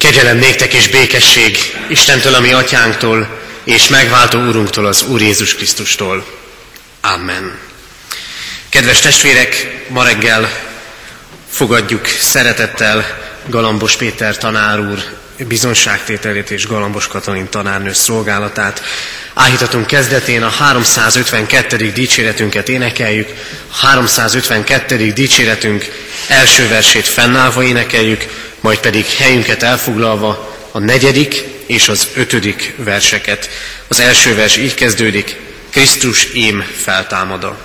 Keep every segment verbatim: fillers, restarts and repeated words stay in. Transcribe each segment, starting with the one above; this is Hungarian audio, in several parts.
Kegyelem néktek és békesség Istentől, a mi atyánktól, és megváltó Urunktól, az Úr Jézus Krisztustól. Amen. Kedves testvérek, ma reggel fogadjuk szeretettel Galambos Péter tanár úr bizonságtételét és Galambos Katalin tanárnő szolgálatát. Áhítatunk kezdetén a háromszázötvenkettedik dicséretünket énekeljük. A háromszázötvenkettedik dicséretünk első versét fennállva énekeljük, majd pedig helyünket elfoglalva a negyedik és az ötödik verseket. Az első vers így kezdődik: Krisztus ím feltámada.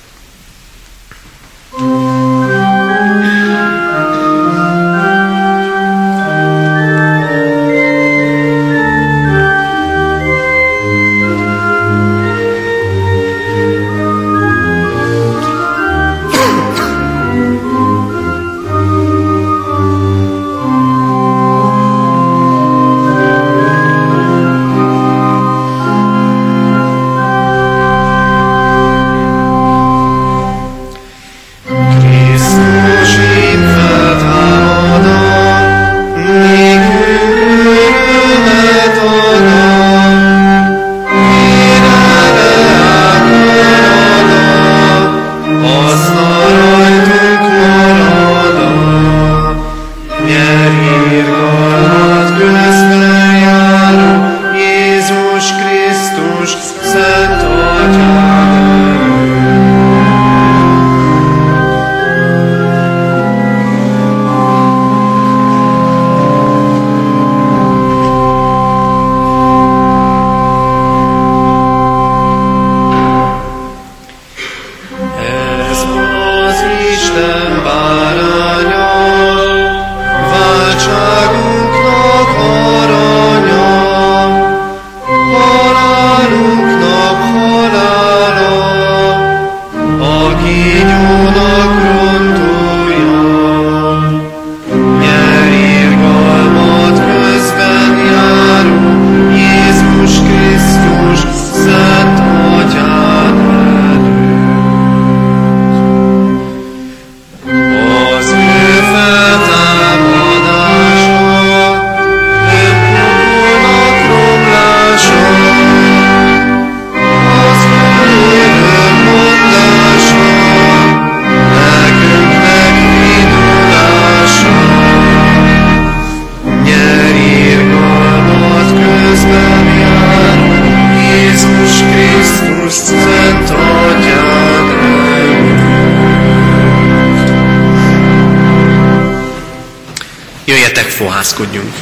Fohászkodjunk.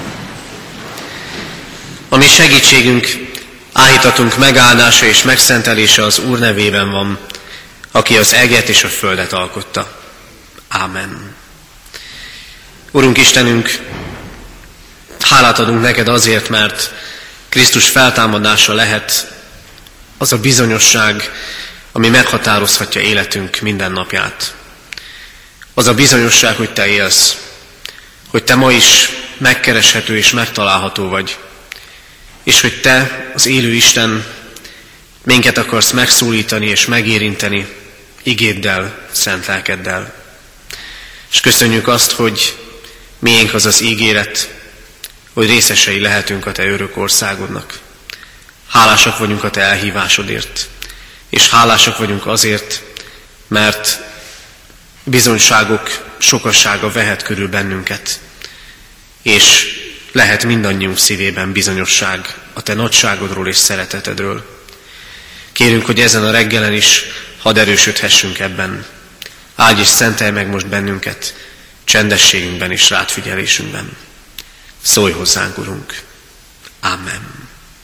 A mi segítségünk, áhítatunk megáldása és megszentelése az Úr nevében van, aki az eget és a földet alkotta. Ámen. Urunk Istenünk, hálát adunk neked azért, mert Krisztus feltámadása lehet az a bizonyosság, ami meghatározhatja életünk minden napját. Az a bizonyosság, hogy te élsz, hogy te ma is megkereshető és megtalálható vagy, és hogy te, az élő Isten, minket akarsz megszólítani és megérinteni igéddel, szent lelkeddel. És köszönjük azt, hogy miénk az az ígéret, hogy részesei lehetünk a te örök országodnak. Hálásak vagyunk a te elhívásodért, és hálásak vagyunk azért, mert bizonyságok sokassága vehet körül bennünket, és lehet mindannyiunk szívében bizonyosság a te nagyságodról és szeretetedről. Kérünk, hogy ezen a reggelen is hadd erősödhessünk ebben. Áldj és szentelj meg most bennünket, csendességünkben és rádfigyelésünkben. Szólj hozzánk, Urunk. Amen.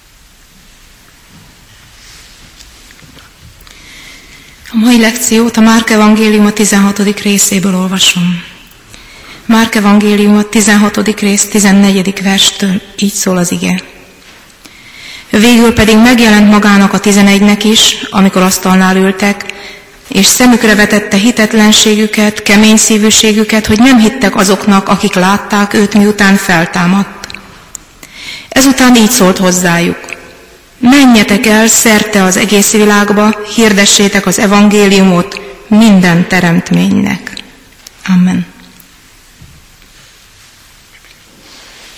A mai lekciót a Márk evangélium a tizenhatodik részéből olvasom. Márk evangélium a tizenhatodik rész tizennegyedik verstől így szól az ige. Végül pedig megjelent magának a tizenegynek is, amikor asztalnál ültek, és szemükre vetette hitetlenségüket, kemény szívűségüket, hogy nem hittek azoknak, akik látták őt, miután feltámadt. Ezután így szólt hozzájuk: menjetek el szerte az egész világba, hirdessétek az evangéliumot minden teremtménynek. Amen.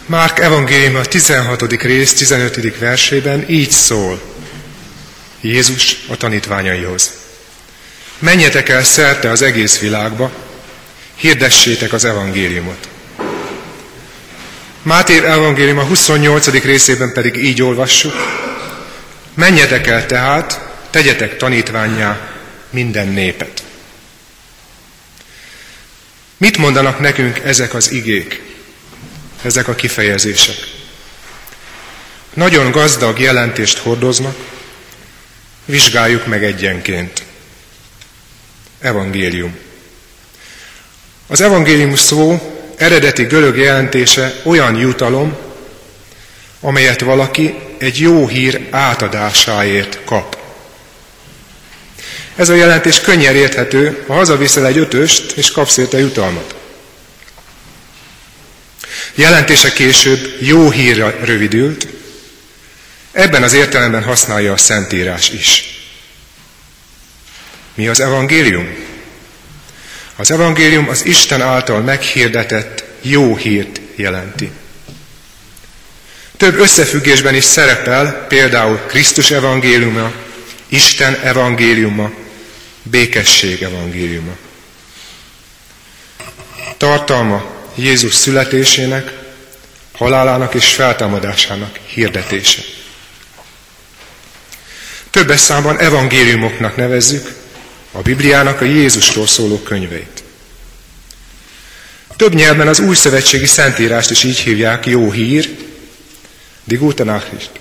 Márk evangélium a tizenhatodik rész tizenötödik versében így szól Jézus a tanítványaihoz. Menjetek el szerte az egész világba, hirdessétek az evangéliumot. Máté evangélium a huszonnyolcadik részében pedig így olvassuk: menjetek el tehát, tegyetek tanítvánnyá minden népet. Mit mondanak nekünk ezek az igék, ezek a kifejezések? Nagyon gazdag jelentést hordoznak, vizsgáljuk meg egyenként. Evangélium. Az evangélium szó eredeti görög jelentése olyan jutalom, amelyet valaki egy jó hír átadásáért kap. Ez a jelentés könnyen érthető, ha hazaviszel egy ötöst, és kapsz érte jutalmat. Jelentése később jó hírra rövidült, ebben az értelemben használja a Szentírás is. Mi az evangélium? Az evangélium az Isten által meghirdetett jó hírt jelenti. Több összefüggésben is szerepel, például Krisztus evangéliuma, Isten evangéliuma, békesség evangéliuma. Tartalma Jézus születésének, halálának és feltámadásának hirdetése. Többes számban evangéliumoknak nevezzük a Bibliának a Jézusról szóló könyveit. Több nyelven az újszövetségi szentírást is így hívják: jó hír, die gute Nachricht.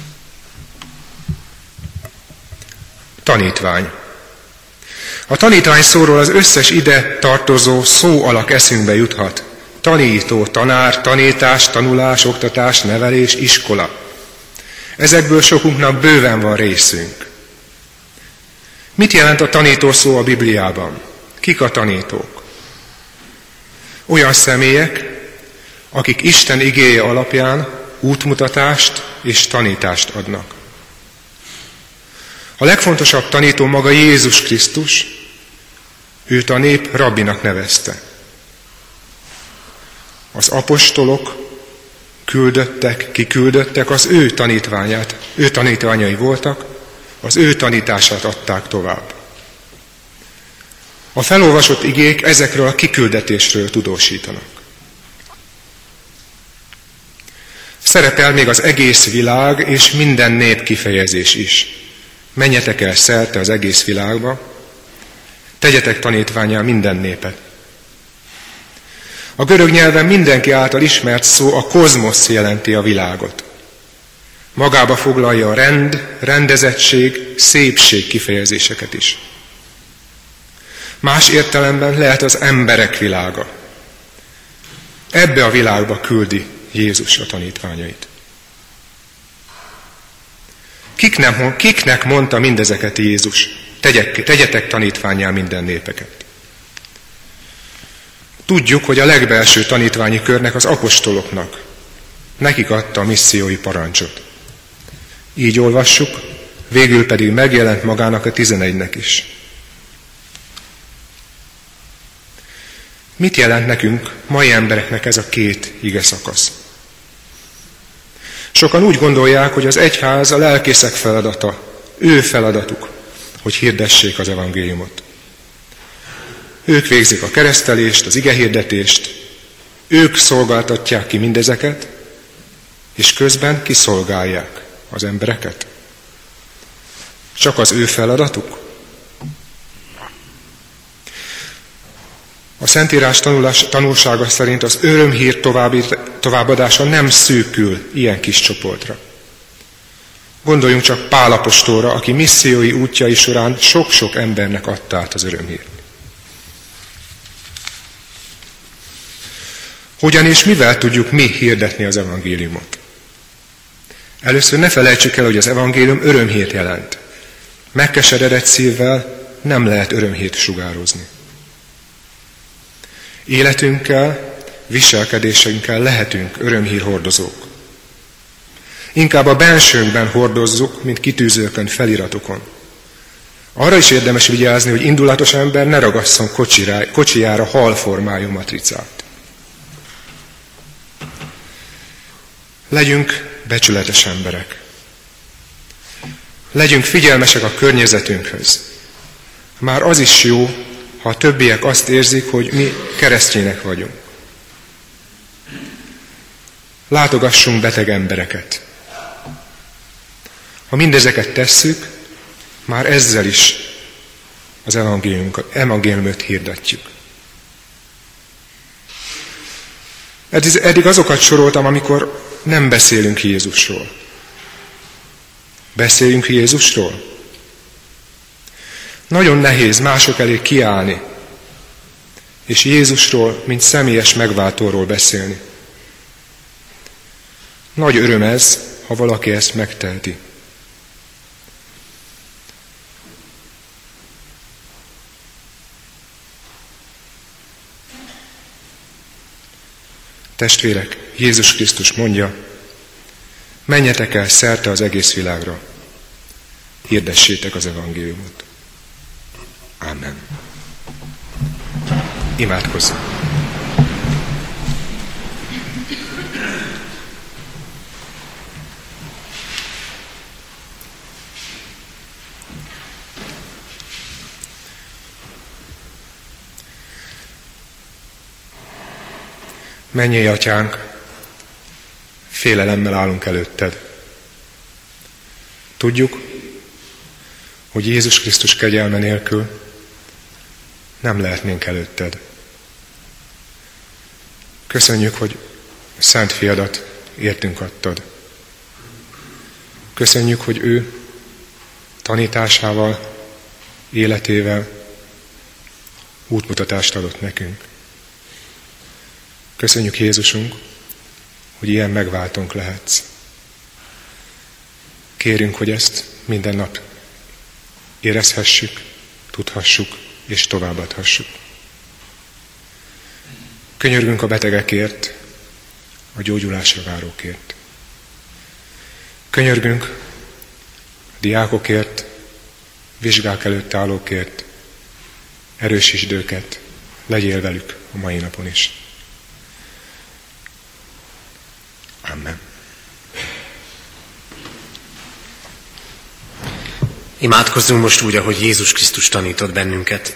Tanítvány. A tanítvány szóról az összes ide tartozó szó alak eszünkbe juthat. Tanító, tanár, tanítás, tanulás, oktatás, nevelés, iskola. Ezekből sokunknak bőven van részünk. Mit jelent a tanító szó a Bibliában? Kik a tanítók? Olyan személyek, akik Isten igéje alapján útmutatást és tanítást adnak. A legfontosabb tanító maga Jézus Krisztus, őt a nép rabbinak nevezte. Az apostolok, küldöttek, kiküldöttek, az ő tanítványát, ő tanítványai voltak, az ő tanítását adták tovább. A felolvasott igék ezekről a kiküldetésről tudósítanak. Szerepel még az egész világ és minden nép kifejezés is. Menjetek el szerte az egész világba, tegyetek tanítvánnyá minden népet. A görög nyelven mindenki által ismert szó a kozmosz jelenti a világot. Magába foglalja a rend, rendezettség, szépség kifejezéseket is. Más értelemben lehet az emberek világa. Ebbe a világba küldi Jézus a tanítványait. Kiknek, kiknek mondta mindezeket Jézus? Tegyek, tegyetek tanítvánnyá minden népeket. Tudjuk, hogy a legbelső tanítványi körnek, az apostoloknak. Nekik adta a missziói parancsot. Így olvassuk, végül pedig megjelent magának a tizenegynek is. Mit jelent nekünk, mai embereknek ez a két ige szakasz? Sokan úgy gondolják, hogy az egyház a lelkészek feladata, ő feladatuk, hogy hirdessék az evangéliumot. Ők végzik a keresztelést, az igehirdetést, ők szolgáltatják ki mindezeket, és közben kiszolgálják az embereket. Csak az ő feladatuk? A Szentírás tanulás, tanulsága szerint az örömhír továbbadása nem szűkül ilyen kis csoportra. Gondoljunk csak Pál apostolra, aki missziói útjai során sok-sok embernek adta át az örömhírt. Hogyan és mivel tudjuk mi hirdetni az evangéliumot? Először ne felejtsük el, hogy az evangélium örömhírt jelent. Megkeseredett szívvel nem lehet örömhírt sugározni. Életünkkel, viselkedésünkkel lehetünk örömhír hordozók. Inkább a bensőnkben hordozzuk, mint kitűzőkön, feliratokon. Arra is érdemes vigyázni, hogy indulatos ember ne ragasszon kocsijára halformájú matricát. Legyünk becsületes emberek. Legyünk figyelmesek a környezetünkhöz. Már az is jó, ha a többiek azt érzik, hogy mi keresztjének vagyunk. Látogassunk beteg embereket. Ha mindezeket tesszük, már ezzel is az evangéliumot hirdetjük. Eddig azokat soroltam, amikor nem beszélünk Jézusról. Beszéljünk Jézusról? Nagyon nehéz mások elé kiállni, és Jézusról, mint személyes megváltóról beszélni. Nagy öröm ez, ha valaki ezt megteheti. Testvérek, Jézus Krisztus mondja, menjetek el szerte az egész világra, hirdessétek az evangéliumot. Amen. Imádkozzunk. Mennyei Atyánk, félelemmel állunk előtted. Tudjuk, hogy Jézus Krisztus kegyelme nélkül nem lehetnénk előtted. Köszönjük, hogy Szent Fiadat értünk adtad. Köszönjük, hogy ő tanításával, életével útmutatást adott nekünk. Köszönjük, Jézusunk, hogy ilyen megváltónk lehetsz. Kérünk, hogy ezt minden nap érezhessük, tudhassuk és továbbadhassuk. Könyörgünk a betegekért, a gyógyulásra várókért. Könyörgünk a diákokért, vizsgák előtt állókért, erősítsd őket, legyél velük a mai napon is. Amen. Imádkozzunk most úgy, ahogy Jézus Krisztus tanított bennünket.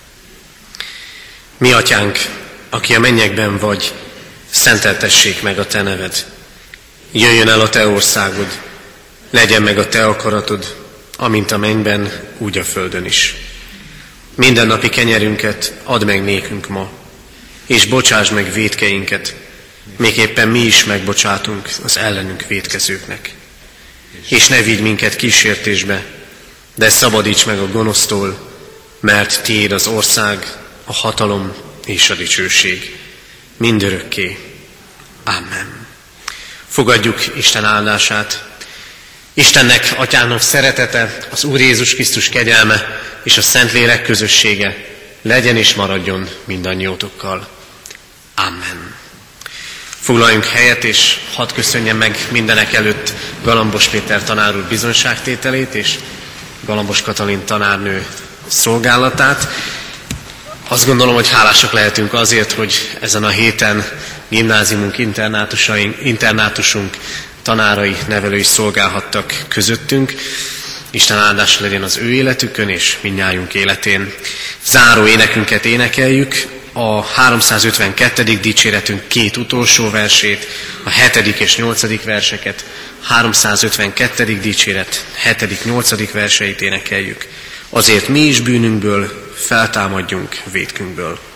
Mi, Atyánk, aki a mennyekben vagy, szenteltessék meg a Te neved. Jöjjön el a Te országod, legyen meg a Te akaratod, amint a mennyben, úgy a földön is. Mindennapi kenyerünket add meg nékünk ma, és bocsásd meg vétkeinket, még éppen mi is megbocsátunk az ellenünk vétkezőknek. És ne vigy minket kísértésbe, de szabadíts meg a gonosztól, mert Tiéd az ország, a hatalom és a dicsőség mindörökké. Amen. Fogadjuk Isten áldását. Istennek, Atyának szeretete, az Úr Jézus Krisztus kegyelme és a Szentlélek közössége legyen és maradjon mindannyiótokkal. Amen. Foglaljunk helyet, és hadd köszönjem meg mindenek előtt Galambos Péter tanár úr bizonyságtételét, és Galambos Katalin tanárnő szolgálatát. Azt gondolom, hogy hálásak lehetünk azért, hogy ezen a héten gimnáziumunk, internátusunk tanárai, nevelői szolgálhattak közöttünk. Isten áldása legyen az ő életükön és mindnyájunk életén. Záró énekünket énekeljük, a háromszázötvenkettedik dicséretünk két utolsó versét, a hetedik és nyolcadik verseket, háromszázötvenkettedik dicséret hetedik nyolcadik verseit énekeljük. Azért mi is bűnünkből feltámadjunk vétkünkből.